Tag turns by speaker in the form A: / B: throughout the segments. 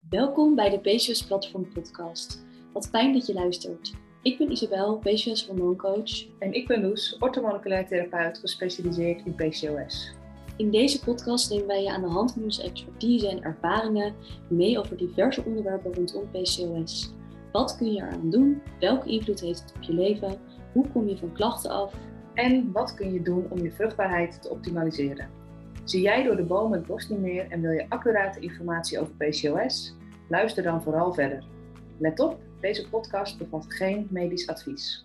A: Welkom bij de PCOS Platform podcast. Wat fijn dat je luistert. Ik ben Isabel, PCOS hormooncoach.
B: En ik ben Loes, orthomoleculair therapeut gespecialiseerd in PCOS.
A: In deze podcast nemen wij je aan de hand van onze expertise en ervaringen mee over diverse onderwerpen rondom PCOS. Wat kun je eraan doen? Welke invloed heeft het op je leven? Hoe kom je van klachten af?
B: En wat kun je doen om je vruchtbaarheid te optimaliseren? Zie jij door de bomen het bos niet meer en wil je accurate informatie over PCOS? Luister dan vooral verder. Let op, deze podcast bevat geen medisch advies.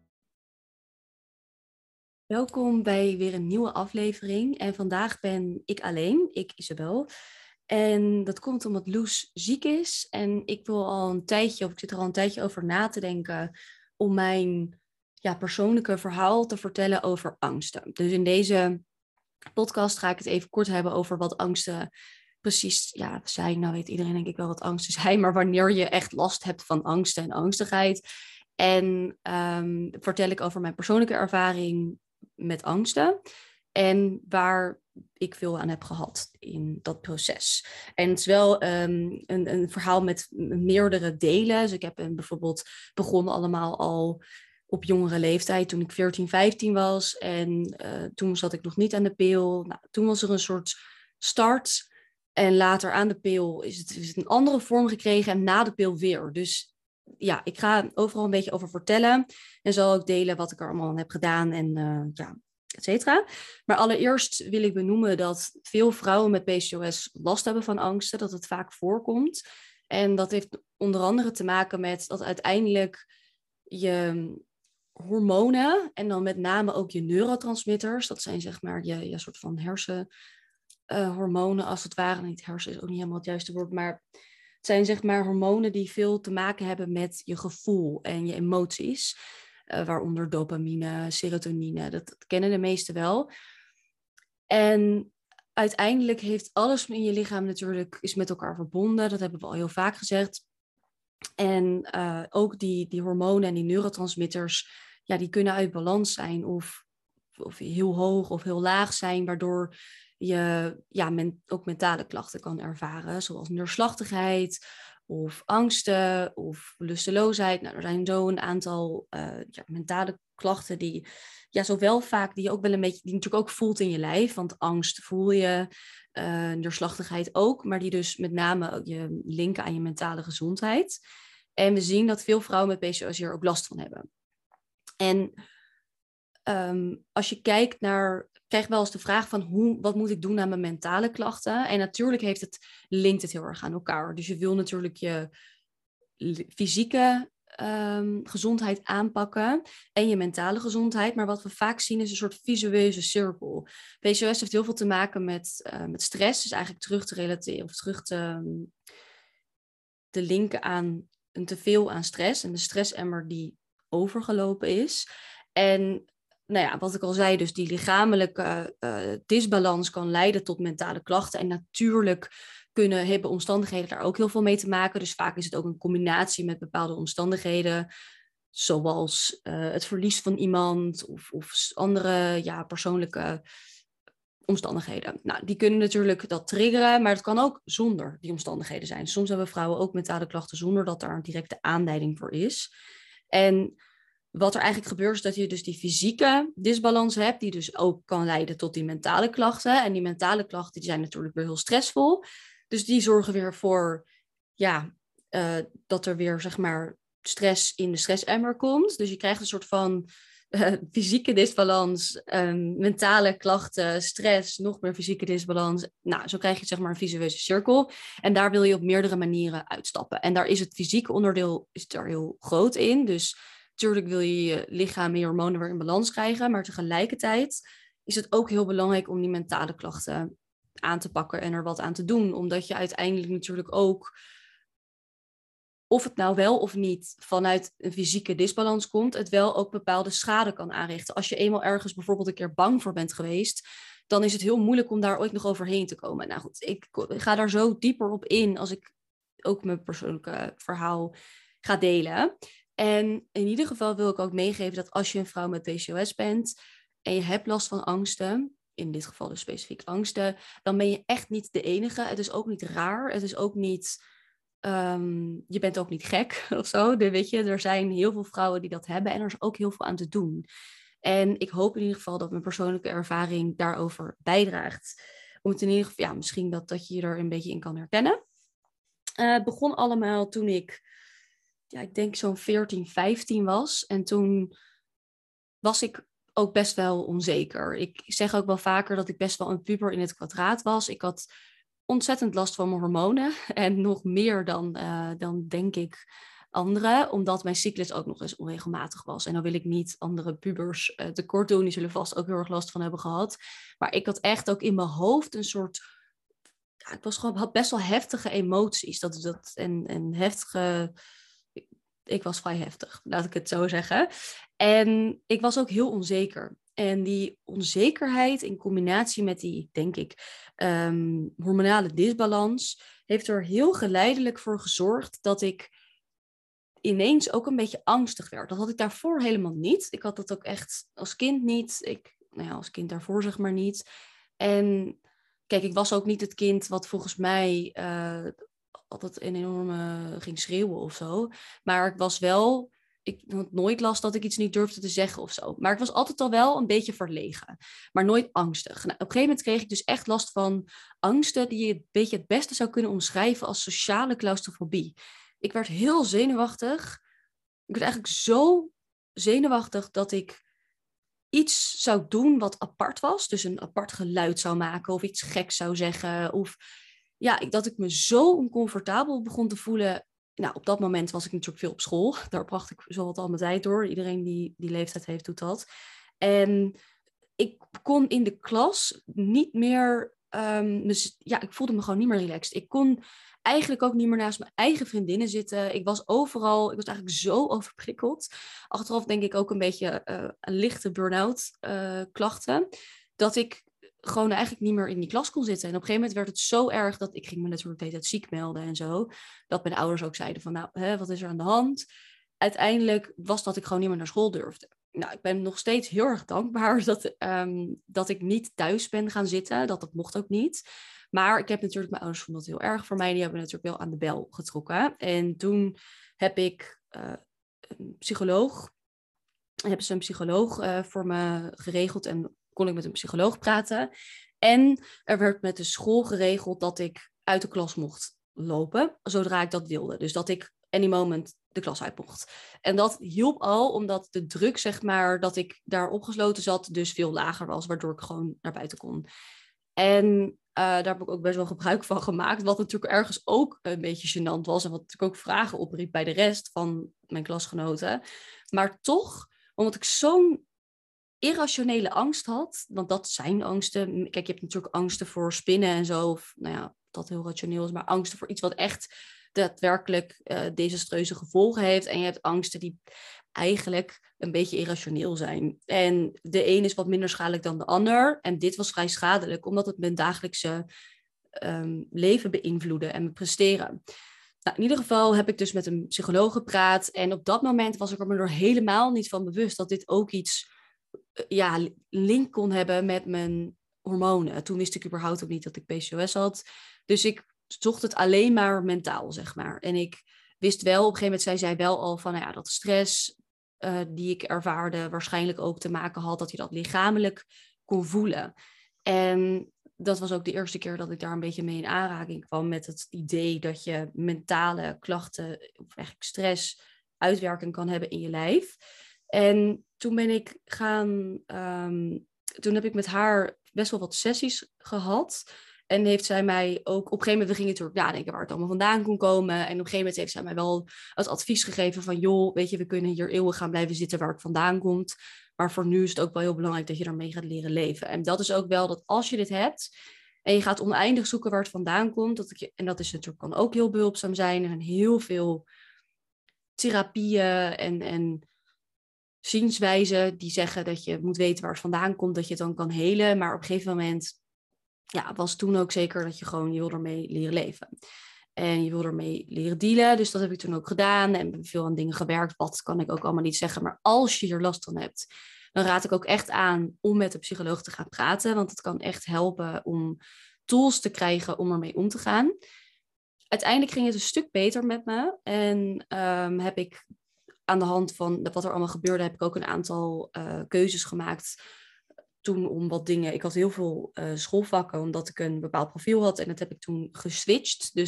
A: Welkom bij weer een nieuwe aflevering. En vandaag ben ik alleen, ik Isabel. En dat komt omdat Loes ziek is. En ik zit er al een tijdje over na te denken om mijn persoonlijke verhaal te vertellen over angsten. Dus in deze podcast ga ik het even kort hebben over wat angsten precies zijn. Nou weet iedereen denk ik wel wat angsten zijn, maar wanneer je echt last hebt van angsten en angstigheid. En vertel ik over mijn persoonlijke ervaring met angsten en waar ik veel aan heb gehad in dat proces. En het is wel een verhaal met meerdere delen. Dus ik heb bijvoorbeeld begonnen allemaal al op jongere leeftijd, toen ik 14, 15 was. En toen zat ik nog niet aan de pil. Nou, toen was er een soort start. En later aan de pil is het een andere vorm gekregen. En na de pil weer. Dus ja, ik ga overal een beetje over vertellen. En zal ook delen wat ik er allemaal aan heb gedaan. En et cetera. Maar allereerst wil ik benoemen dat veel vrouwen met PCOS last hebben van angsten. Dat het vaak voorkomt. En dat heeft onder andere te maken met dat uiteindelijk je hormonen en dan met name ook je neurotransmitters, dat zijn zeg maar je soort van hersenhormonen als het ware. Niet hersen is ook niet helemaal het juiste woord, maar het zijn zeg maar hormonen die veel te maken hebben met je gevoel en je emoties, waaronder dopamine, serotonine, dat kennen de meesten wel. En uiteindelijk heeft alles in je lichaam natuurlijk is met elkaar verbonden, dat hebben we al heel vaak gezegd. En ook die hormonen en die neurotransmitters, die kunnen uit balans zijn of heel hoog of heel laag zijn, waardoor je ook mentale klachten kan ervaren, zoals neerslachtigheid of angsten of lusteloosheid. Nou, er zijn zo een aantal mentale klachten die zowel vaak die je ook wel een beetje, die natuurlijk ook voelt in je lijf, want angst voel je, neerslachtigheid ook, maar die dus met name je linken aan je mentale gezondheid. En we zien dat veel vrouwen met PCOS hier ook last van hebben. En als je kijkt naar, krijg je wel eens de vraag van wat moet ik doen aan mijn mentale klachten? En natuurlijk linkt het heel erg aan elkaar. Dus je wil natuurlijk je fysieke gezondheid aanpakken en je mentale gezondheid. Maar wat we vaak zien is een soort visueuze cirkel. PCOS heeft heel veel te maken met stress. Dus eigenlijk terug te relateren of terug te linken aan een teveel aan stress. En de stressemmer die overgelopen is. En wat ik al zei, dus die lichamelijke disbalans kan leiden tot mentale klachten. En natuurlijk hebben omstandigheden daar ook heel veel mee te maken. Dus vaak is het ook een combinatie met bepaalde omstandigheden, zoals het verlies van iemand of andere persoonlijke omstandigheden. Nou, die kunnen natuurlijk dat triggeren, maar het kan ook zonder die omstandigheden zijn. Soms hebben vrouwen ook mentale klachten zonder dat daar een directe aanleiding voor is. En wat er eigenlijk gebeurt is dat je dus die fysieke disbalans hebt, die dus ook kan leiden tot die mentale klachten. En die mentale klachten die zijn natuurlijk weer heel stressvol. Dus die zorgen weer voor dat er weer zeg maar stress in de stressemmer komt. Dus je krijgt een soort van fysieke disbalans, mentale klachten, stress, nog meer fysieke disbalans. Nou, zo krijg je zeg maar een visueuze cirkel. En daar wil je op meerdere manieren uitstappen. En daar is het fysieke onderdeel er heel groot in. Dus natuurlijk wil je je lichaam en je hormonen weer in balans krijgen. Maar tegelijkertijd is het ook heel belangrijk om die mentale klachten aan te pakken en er wat aan te doen. Omdat je uiteindelijk natuurlijk ook, of het nou wel of niet vanuit een fysieke disbalans komt, het wel ook bepaalde schade kan aanrichten. Als je eenmaal ergens bijvoorbeeld een keer bang voor bent geweest, dan is het heel moeilijk om daar ooit nog overheen te komen. Nou goed, ik ga daar zo dieper op in als ik ook mijn persoonlijke verhaal ga delen. En in ieder geval wil ik ook meegeven dat als je een vrouw met PCOS bent en je hebt last van angsten, in dit geval dus specifiek angsten, dan ben je echt niet de enige. Het is ook niet raar. Het is ook niet je bent ook niet gek of zo. Weet je, er zijn heel veel vrouwen die dat hebben en er is ook heel veel aan te doen. En ik hoop in ieder geval dat mijn persoonlijke ervaring daarover bijdraagt. Om het in ieder geval, ja, misschien dat je er een beetje in kan herkennen. Het begon allemaal toen ik denk zo'n 14, 15 was. En toen was ik ook best wel onzeker. Ik zeg ook wel vaker dat ik best wel een puber in het kwadraat was. Ik had ontzettend last van mijn hormonen. En nog meer dan denk ik anderen. Omdat mijn cyclus ook nog eens onregelmatig was. En dan wil ik niet andere pubers tekort doen. Die zullen vast ook heel erg last van hebben gehad. Maar ik had echt ook in mijn hoofd een soort... Ja, had best wel heftige emoties. En heftige... Ik was vrij heftig, laat ik het zo zeggen. En ik was ook heel onzeker. En die onzekerheid in combinatie met die, denk ik, hormonale disbalans... heeft er heel geleidelijk voor gezorgd dat ik ineens ook een beetje angstig werd. Dat had ik daarvoor helemaal niet. Ik had dat ook echt als kind niet. Als kind daarvoor zeg maar niet. En kijk, ik was ook niet het kind wat volgens mij altijd een enorme ging schreeuwen of zo. Maar ik was wel... Ik had nooit last dat ik iets niet durfde te zeggen of zo. Maar ik was altijd al wel een beetje verlegen. Maar nooit angstig. Nou, op een gegeven moment kreeg ik dus echt last van angsten... die je een beetje het beste zou kunnen omschrijven als sociale claustrofobie. Ik werd heel zenuwachtig. Ik werd eigenlijk zo zenuwachtig dat ik iets zou doen wat apart was. Dus een apart geluid zou maken of iets geks zou zeggen. Of ja, dat ik me zo oncomfortabel begon te voelen. Nou, op dat moment was ik natuurlijk veel op school. Daar bracht ik zowat al mijn tijd door. Iedereen die leeftijd heeft, doet dat. En ik kon in de klas niet meer... ik voelde me gewoon niet meer relaxed. Ik kon eigenlijk ook niet meer naast mijn eigen vriendinnen zitten. Ik was eigenlijk zo overprikkeld. Achteraf denk ik ook een beetje een lichte burn-out klachten. Dat ik gewoon eigenlijk niet meer in die klas kon zitten. En op een gegeven moment werd het zo erg dat ik ging me natuurlijk de hele tijd ziek melden en zo. Dat mijn ouders ook zeiden van, nou, wat is er aan de hand? Uiteindelijk was dat ik gewoon niet meer naar school durfde. Nou, ik ben nog steeds heel erg dankbaar dat ik niet thuis ben gaan zitten. Dat mocht ook niet. Maar ik heb natuurlijk, mijn ouders vonden dat heel erg voor mij. Die hebben natuurlijk wel aan de bel getrokken. En toen heb ik een psycholoog... Hebben ze een psycholoog voor me geregeld en kon ik met een psycholoog praten. En er werd met de school geregeld dat ik uit de klas mocht lopen, zodra ik dat wilde. Dus dat ik any moment de klas uit mocht. En dat hielp al, omdat de druk, zeg maar, dat ik daar opgesloten zat, dus veel lager was, waardoor ik gewoon naar buiten kon. En daar heb ik ook best wel gebruik van gemaakt, wat natuurlijk ergens ook een beetje gênant was en wat natuurlijk ook vragen opriep bij de rest van mijn klasgenoten. Maar toch, omdat ik zo'n irrationele angst had, want dat zijn angsten. Kijk, je hebt natuurlijk angsten voor spinnen en zo, of nou ja, dat heel rationeel is, maar angsten voor iets wat echt daadwerkelijk desastreuze gevolgen heeft. En je hebt angsten die eigenlijk een beetje irrationeel zijn. En de een is wat minder schadelijk dan de ander. En dit was vrij schadelijk, omdat het mijn dagelijkse leven beïnvloedde en mijn presteren. Nou, in ieder geval heb ik dus met een psycholoog gepraat. En op dat moment was ik er me er helemaal niet van bewust dat dit ook iets link kon hebben met mijn hormonen. Toen wist ik überhaupt ook niet dat ik PCOS had. Dus ik zocht het alleen maar mentaal, zeg maar. En ik wist wel, op een gegeven moment zei zij wel al van, nou ja, dat stress die ik ervaarde waarschijnlijk ook te maken had dat je dat lichamelijk kon voelen. En dat was ook de eerste keer dat ik daar een beetje mee in aanraking kwam met het idee dat je mentale klachten, of eigenlijk stress, uitwerking kan hebben in je lijf. En toen ben ik toen heb ik met haar best wel wat sessies gehad. En heeft zij mij ook, op een gegeven moment, we gingen natuurlijk nadenken waar het allemaal vandaan kon komen. En op een gegeven moment heeft zij mij wel het advies gegeven van, joh, weet je, we kunnen hier eeuwig gaan blijven zitten waar het vandaan komt. Maar voor nu is het ook wel heel belangrijk dat je ermee gaat leren leven. En dat is ook wel dat als je dit hebt en je gaat oneindig zoeken waar het vandaan komt, en dat is natuurlijk, kan ook heel behulpzaam zijn. Er zijn heel veel therapieën en zienswijzen die zeggen dat je moet weten waar het vandaan komt, dat je het dan kan helen. Maar op een gegeven moment was toen ook zeker dat je wil ermee leren leven. En je wil ermee leren dealen. Dus dat heb ik toen ook gedaan. En ben veel aan dingen gewerkt. Wat kan ik ook allemaal niet zeggen. Maar als je er last van hebt, dan raad ik ook echt aan om met de psycholoog te gaan praten. Want het kan echt helpen om tools te krijgen om ermee om te gaan. uiteindelijk ging het een stuk beter met me. En heb ik aan de hand van wat er allemaal gebeurde, heb ik ook een aantal keuzes gemaakt toen om wat dingen. Ik had heel veel schoolvakken, omdat ik een bepaald profiel had. En dat heb ik toen geswitcht. Dus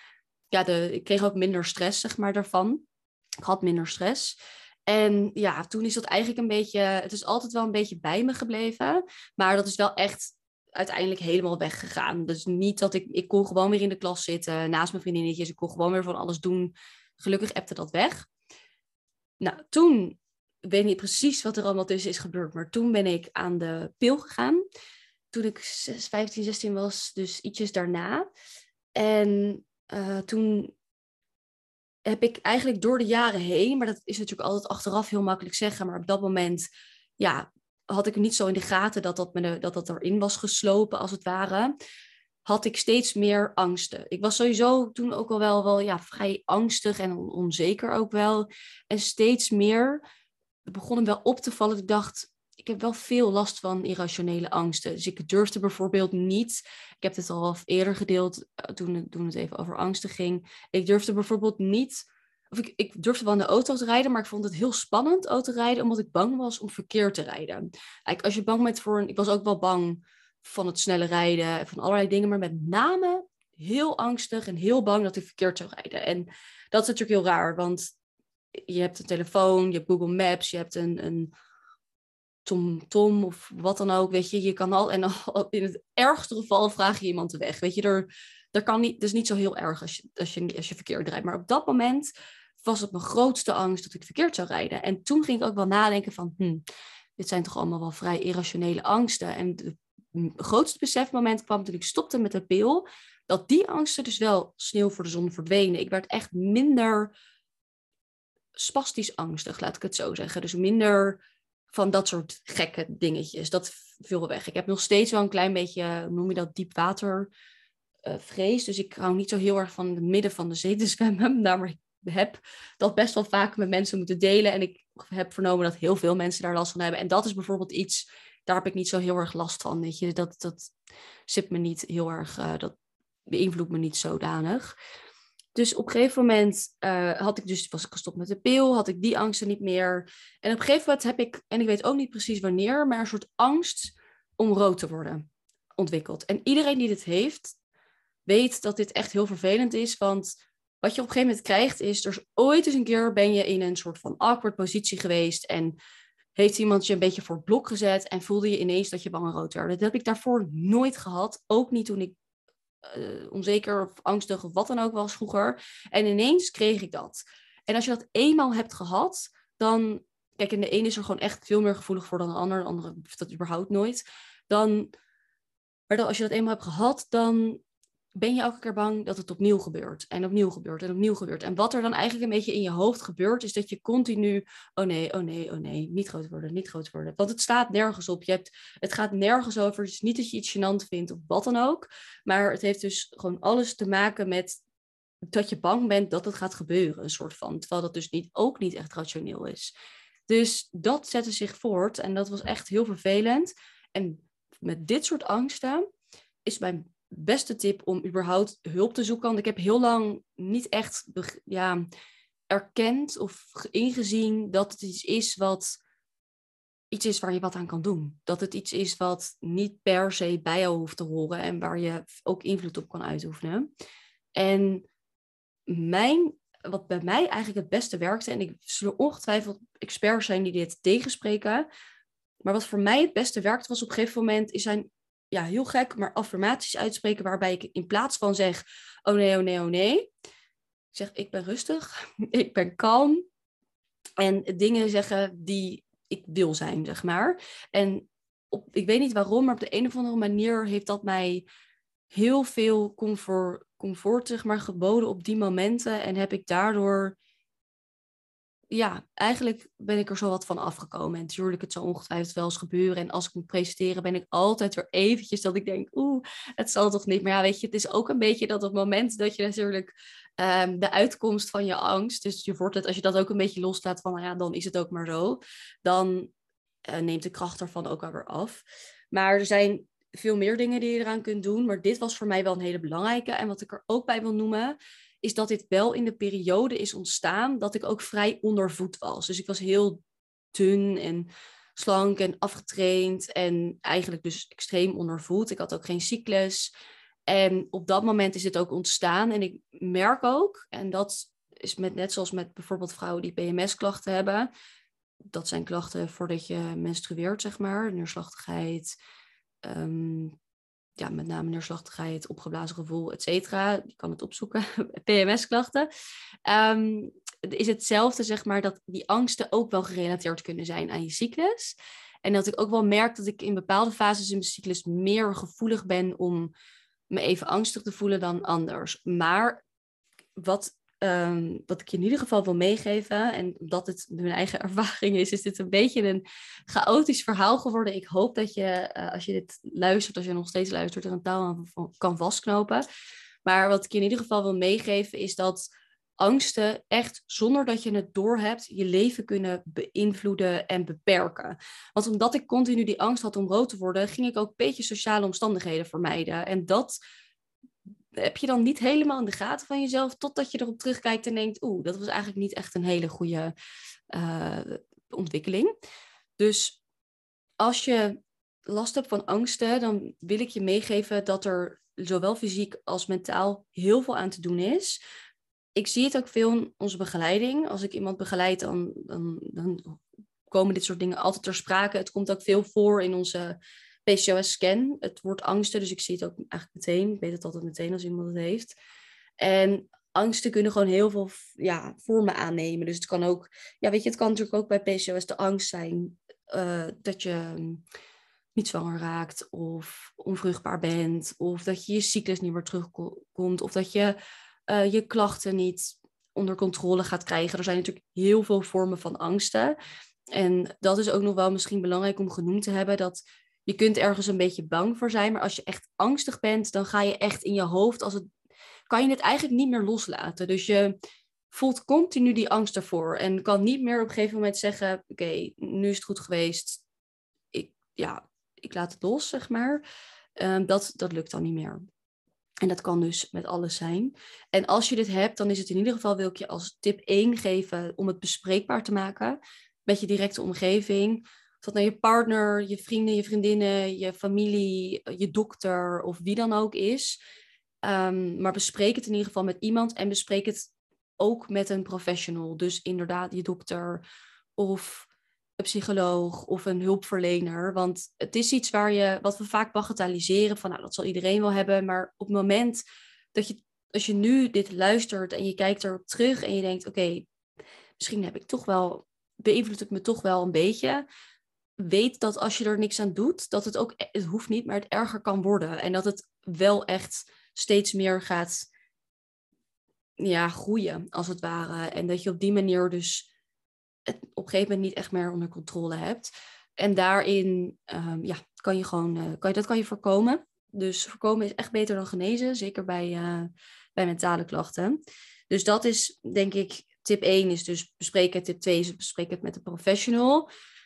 A: ik kreeg ook minder stress, zeg maar, daarvan. Ik had minder stress. En ja, toen is dat eigenlijk een beetje... Het is altijd wel een beetje bij me gebleven. Maar dat is wel echt uiteindelijk helemaal weggegaan. Dus niet dat ik kon gewoon weer in de klas zitten naast mijn vriendinnetjes. Ik kon gewoon weer van alles doen. Gelukkig appte dat weg. Nou, toen, ik weet niet precies wat er allemaal tussen is gebeurd, maar toen ben ik aan de pil gegaan. Toen ik 15, 16 was, dus ietsjes daarna. En toen heb ik eigenlijk door de jaren heen, maar dat is natuurlijk altijd achteraf heel makkelijk zeggen, maar op dat moment, ja, had ik niet zo in de gaten dat erin was geslopen, als het ware, had ik steeds meer angsten. Ik was sowieso toen ook al wel ja, vrij angstig en onzeker ook wel. En steeds meer begon hem wel op te vallen. Ik dacht, ik heb wel veel last van irrationele angsten. Dus ik durfde bijvoorbeeld niet, ik heb dit al eerder gedeeld toen het even over angsten ging. Ik durfde bijvoorbeeld niet, of ik durfde wel in de auto te rijden, maar ik vond het heel spannend autorijden, omdat ik bang was om verkeerd te rijden. Eigenlijk, als je bang bent ik was ook wel bang van het snelle rijden en van allerlei dingen, maar met name heel angstig en heel bang dat ik verkeerd zou rijden. En dat is natuurlijk heel raar, want je hebt een telefoon, je hebt Google Maps, je hebt een TomTom of wat dan ook, weet je. Je kan in het ergste geval vraag je iemand de weg, weet je. Er kan niet, het is niet zo heel erg als je verkeerd rijdt. Maar op dat moment was het mijn grootste angst dat ik verkeerd zou rijden. En toen ging ik ook wel nadenken van, dit zijn toch allemaal wel vrij irrationele angsten. En het grootste besefmoment kwam toen ik stopte met de pil, dat die angsten dus wel sneeuw voor de zon verdwenen. Ik werd echt minder spastisch angstig, laat ik het zo zeggen. Dus minder van dat soort gekke dingetjes. Dat viel weg. Ik heb nog steeds wel een klein beetje, hoe noem je dat, diepwatervrees. Dus ik hou niet zo heel erg van het midden van de zee te zwemmen. Maar ik heb dat best wel vaak met mensen moeten delen. En ik heb vernomen dat heel veel mensen daar last van hebben. En dat is bijvoorbeeld iets, daar heb ik niet zo heel erg last van. Weet je, dat zit me niet heel erg, dat beïnvloedt me niet zodanig. Dus op een gegeven moment was ik gestopt met de pil, had ik die angsten niet meer. En op een gegeven moment heb ik, en ik weet ook niet precies wanneer, maar een soort angst om rood te worden ontwikkeld. En iedereen die dit heeft, weet dat dit echt heel vervelend is. Want wat je op een gegeven moment krijgt is, er is ooit eens een keer ben je in een soort van awkward positie geweest en heeft iemand je een beetje voor het blok gezet en voelde je ineens dat je bang en rood werd. Dat heb ik daarvoor nooit gehad. Ook niet toen ik onzeker of angstig of wat dan ook was vroeger. En ineens kreeg ik dat. En als je dat eenmaal hebt gehad, dan... Kijk, en de ene is er gewoon echt veel meer gevoelig voor dan de ander. De andere heeft dat überhaupt nooit. Maar als je dat eenmaal hebt gehad, dan ben je elke keer bang dat het opnieuw gebeurt. En opnieuw gebeurt en opnieuw gebeurt. En wat er dan eigenlijk een beetje in je hoofd gebeurt, is dat je continu, oh nee, oh nee, oh nee, niet groot worden, niet groot worden. Want het staat nergens op. Het gaat nergens over. Het is niet dat je iets gênant vindt of wat dan ook. Maar het heeft dus gewoon alles te maken met dat je bang bent dat het gaat gebeuren, een soort van. Terwijl dat dus ook niet echt rationeel is. Dus dat zette zich voort en dat was echt heel vervelend. En met dit soort angsten is mijn beste tip om überhaupt hulp te zoeken. Want ik heb heel lang niet echt erkend of ingezien dat het iets is waar je wat aan kan doen. Dat het iets is wat niet per se bij jou hoeft te horen en waar je ook invloed op kan uitoefenen. En wat bij mij eigenlijk het beste werkte, en ik zullen ongetwijfeld experts zijn die dit tegenspreken, maar wat voor mij het beste werkte was op een gegeven moment, ja, heel gek, maar affirmaties uitspreken waarbij ik in plaats van zeg, oh nee, oh nee, oh nee, ik zeg, ik ben rustig, ik ben kalm en dingen zeggen die ik wil zijn, zeg maar. En ik weet niet waarom, maar op de een of andere manier heeft dat mij heel veel comfort zeg maar, geboden op die momenten en heb ik daardoor... Ja, eigenlijk ben ik er zo wat van afgekomen. En natuurlijk, het zal ongetwijfeld wel eens gebeuren. En als ik moet presenteren, ben ik altijd weer eventjes dat ik denk, het zal toch niet. Maar ja, weet je, het is ook een beetje dat op het moment dat je natuurlijk de uitkomst van je angst, dus als je dat ook een beetje loslaat van, nou ja, dan is het ook maar zo. Dan neemt de kracht ervan ook alweer af. Maar er zijn veel meer dingen die je eraan kunt doen. Maar dit was voor mij wel een hele belangrijke. En wat ik er ook bij wil noemen, is dat dit wel in de periode is ontstaan dat ik ook vrij ondervoed was. Dus ik was heel dun en slank en afgetraind en eigenlijk dus extreem ondervoed. Ik had ook geen cyclus. En op dat moment is het ook ontstaan. En ik merk ook, en dat is net zoals met bijvoorbeeld vrouwen die PMS-klachten hebben. Dat zijn klachten voordat je menstrueert, zeg maar. Neerslachtigheid, met name neerslachtigheid, opgeblazen gevoel, et cetera. Je kan het opzoeken, PMS-klachten. Is hetzelfde, zeg maar, dat die angsten ook wel gerelateerd kunnen zijn aan je cyclus. En dat ik ook wel merk dat ik in bepaalde fases in mijn cyclus meer gevoelig ben om me even angstig te voelen dan anders. Maar wat ik je in ieder geval wil meegeven, en omdat het mijn eigen ervaring is dit een beetje een chaotisch verhaal geworden. Ik hoop dat je, als je dit luistert, als je nog steeds luistert, er een touw aan kan vastknopen. Maar wat ik je in ieder geval wil meegeven, is dat angsten echt, zonder dat je het doorhebt, je leven kunnen beïnvloeden en beperken. Want omdat ik continu die angst had om rood te worden, ging ik ook een beetje sociale omstandigheden vermijden. En dat heb je dan niet helemaal in de gaten van jezelf, totdat je erop terugkijkt en denkt, dat was eigenlijk niet echt een hele goede ontwikkeling. Dus als je last hebt van angsten, dan wil ik je meegeven dat er zowel fysiek als mentaal heel veel aan te doen is. Ik zie het ook veel in onze begeleiding. Als ik iemand begeleid, dan komen dit soort dingen altijd ter sprake. Het komt ook veel voor in onze PCOS-scan, het woord angsten. Dus ik zie het ook eigenlijk meteen. Ik weet het altijd meteen als iemand het heeft. En angsten kunnen gewoon heel veel vormen aannemen. Dus het kan ook, het kan natuurlijk ook bij PCOS de angst zijn dat je niet zwanger raakt of onvruchtbaar bent. Of dat je cyclus niet meer terugkomt. Of dat je je klachten niet onder controle gaat krijgen. Er zijn natuurlijk heel veel vormen van angsten. En dat is ook nog wel misschien belangrijk om genoemd te hebben, dat je kunt ergens een beetje bang voor zijn, maar als je echt angstig bent, dan ga je echt in je hoofd, kan je het eigenlijk niet meer loslaten. Dus je voelt continu die angst ervoor en kan niet meer op een gegeven moment zeggen, oké, nu is het goed geweest. Ik laat het los, zeg maar. Dat lukt dan niet meer. En dat kan dus met alles zijn. En als je dit hebt, dan is het in ieder geval, wil ik je als tip 1 geven om het bespreekbaar te maken met je directe omgeving. Of dat nou je partner, je vrienden, je vriendinnen, je familie, je dokter of wie dan ook is. Maar bespreek het in ieder geval met iemand en bespreek het ook met een professional. Dus inderdaad je dokter of een psycholoog of een hulpverlener. Want het is iets wat we vaak bagatelliseren van, dat zal iedereen wel hebben. Maar op het moment als je nu dit luistert en je kijkt erop terug en je denkt, oké, misschien heb ik toch wel, beïnvloedt het me toch wel een beetje. Weet dat als je er niks aan doet, dat het hoeft niet, maar het erger kan worden. En dat het wel echt steeds meer gaat groeien, als het ware. En dat je op die manier dus het op een gegeven moment niet echt meer onder controle hebt. En daarin kan je voorkomen. Dus voorkomen is echt beter dan genezen, zeker bij mentale klachten. Dus dat is, denk ik, tip 1 is dus bespreken. Tip 2 is bespreken het met een professional.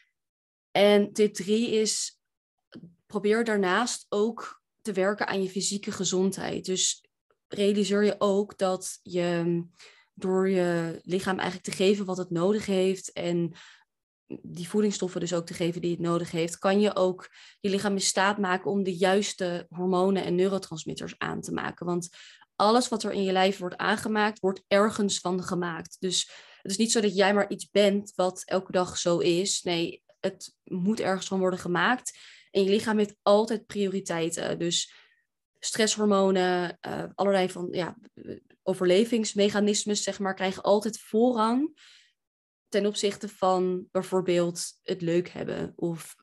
A: En tip 3 is, probeer daarnaast ook te werken aan je fysieke gezondheid. Dus realiseer je ook dat je door je lichaam eigenlijk te geven wat het nodig heeft en die voedingsstoffen dus ook te geven die het nodig heeft, kan je ook je lichaam in staat maken om de juiste hormonen en neurotransmitters aan te maken. Want alles wat er in je lijf wordt aangemaakt, wordt ergens van gemaakt. Dus het is niet zo dat jij maar iets bent wat elke dag zo is. Nee, het moet ergens van worden gemaakt. En je lichaam heeft altijd prioriteiten. Dus stresshormonen, allerlei van overlevingsmechanismes, zeg maar, krijgen altijd voorrang ten opzichte van bijvoorbeeld het leuk hebben of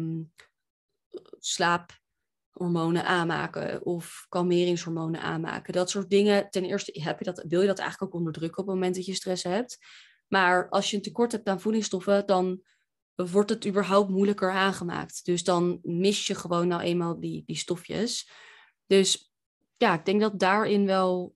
A: slaaphormonen aanmaken of kalmeringshormonen aanmaken. Dat soort dingen. Ten eerste wil je dat eigenlijk ook onderdrukken op het moment dat je stress hebt. Maar als je een tekort hebt aan voedingsstoffen, dan wordt het überhaupt moeilijker aangemaakt. Dus dan mis je gewoon nou eenmaal die stofjes. Dus ik denk dat daarin wel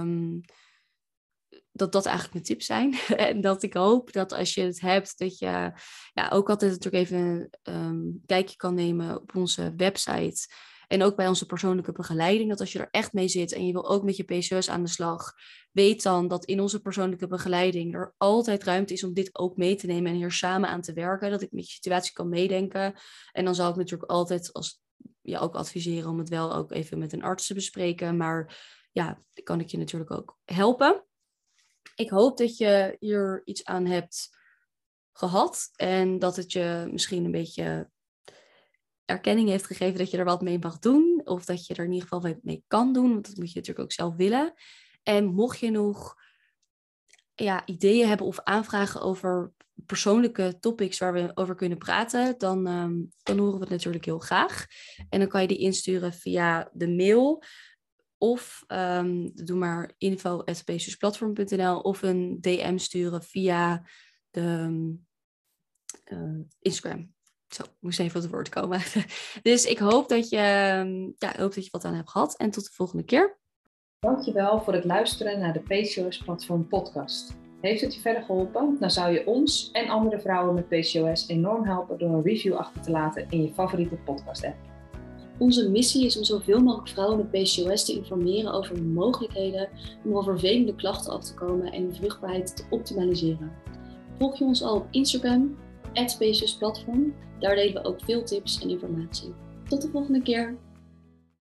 A: dat eigenlijk mijn tips zijn. En dat ik hoop dat als je het hebt, dat je ook altijd natuurlijk even een kijkje kan nemen op onze website. En ook bij onze persoonlijke begeleiding, dat als je er echt mee zit en je wil ook met je PCOS aan de slag, weet dan dat in onze persoonlijke begeleiding er altijd ruimte is om dit ook mee te nemen en hier samen aan te werken. Dat ik met je situatie kan meedenken. En dan zal ik natuurlijk altijd ook adviseren om het wel ook even met een arts te bespreken. Maar ja, dan kan ik je natuurlijk ook helpen. Ik hoop dat je hier iets aan hebt gehad en dat het je misschien een beetje erkenning heeft gegeven dat je er wat mee mag doen. Of dat je er in ieder geval mee kan doen, want dat moet je natuurlijk ook zelf willen. En mocht je nog ideeën hebben of aanvragen over persoonlijke topics waar we over kunnen praten, dan horen we het natuurlijk heel graag. En dan kan je die insturen via de mail of doe maar info@pegasusplatform.nl of een DM sturen via de Instagram. Zo, moest even op het woord komen. Dus ik hoop dat je wat aan hebt gehad en tot de volgende keer.
B: Dankjewel voor het luisteren naar de PCOS Platform podcast. Heeft het je verder geholpen? Dan zou je ons en andere vrouwen met PCOS enorm helpen door een review achter te laten in je favoriete podcast app.
A: Onze missie is om zoveel mogelijk vrouwen met PCOS te informeren over de mogelijkheden om van vervelende klachten af te komen en hun vruchtbaarheid te optimaliseren. Volg je ons al op Instagram, @PCOSplatform. Daar delen we ook veel tips en informatie. Tot de volgende keer!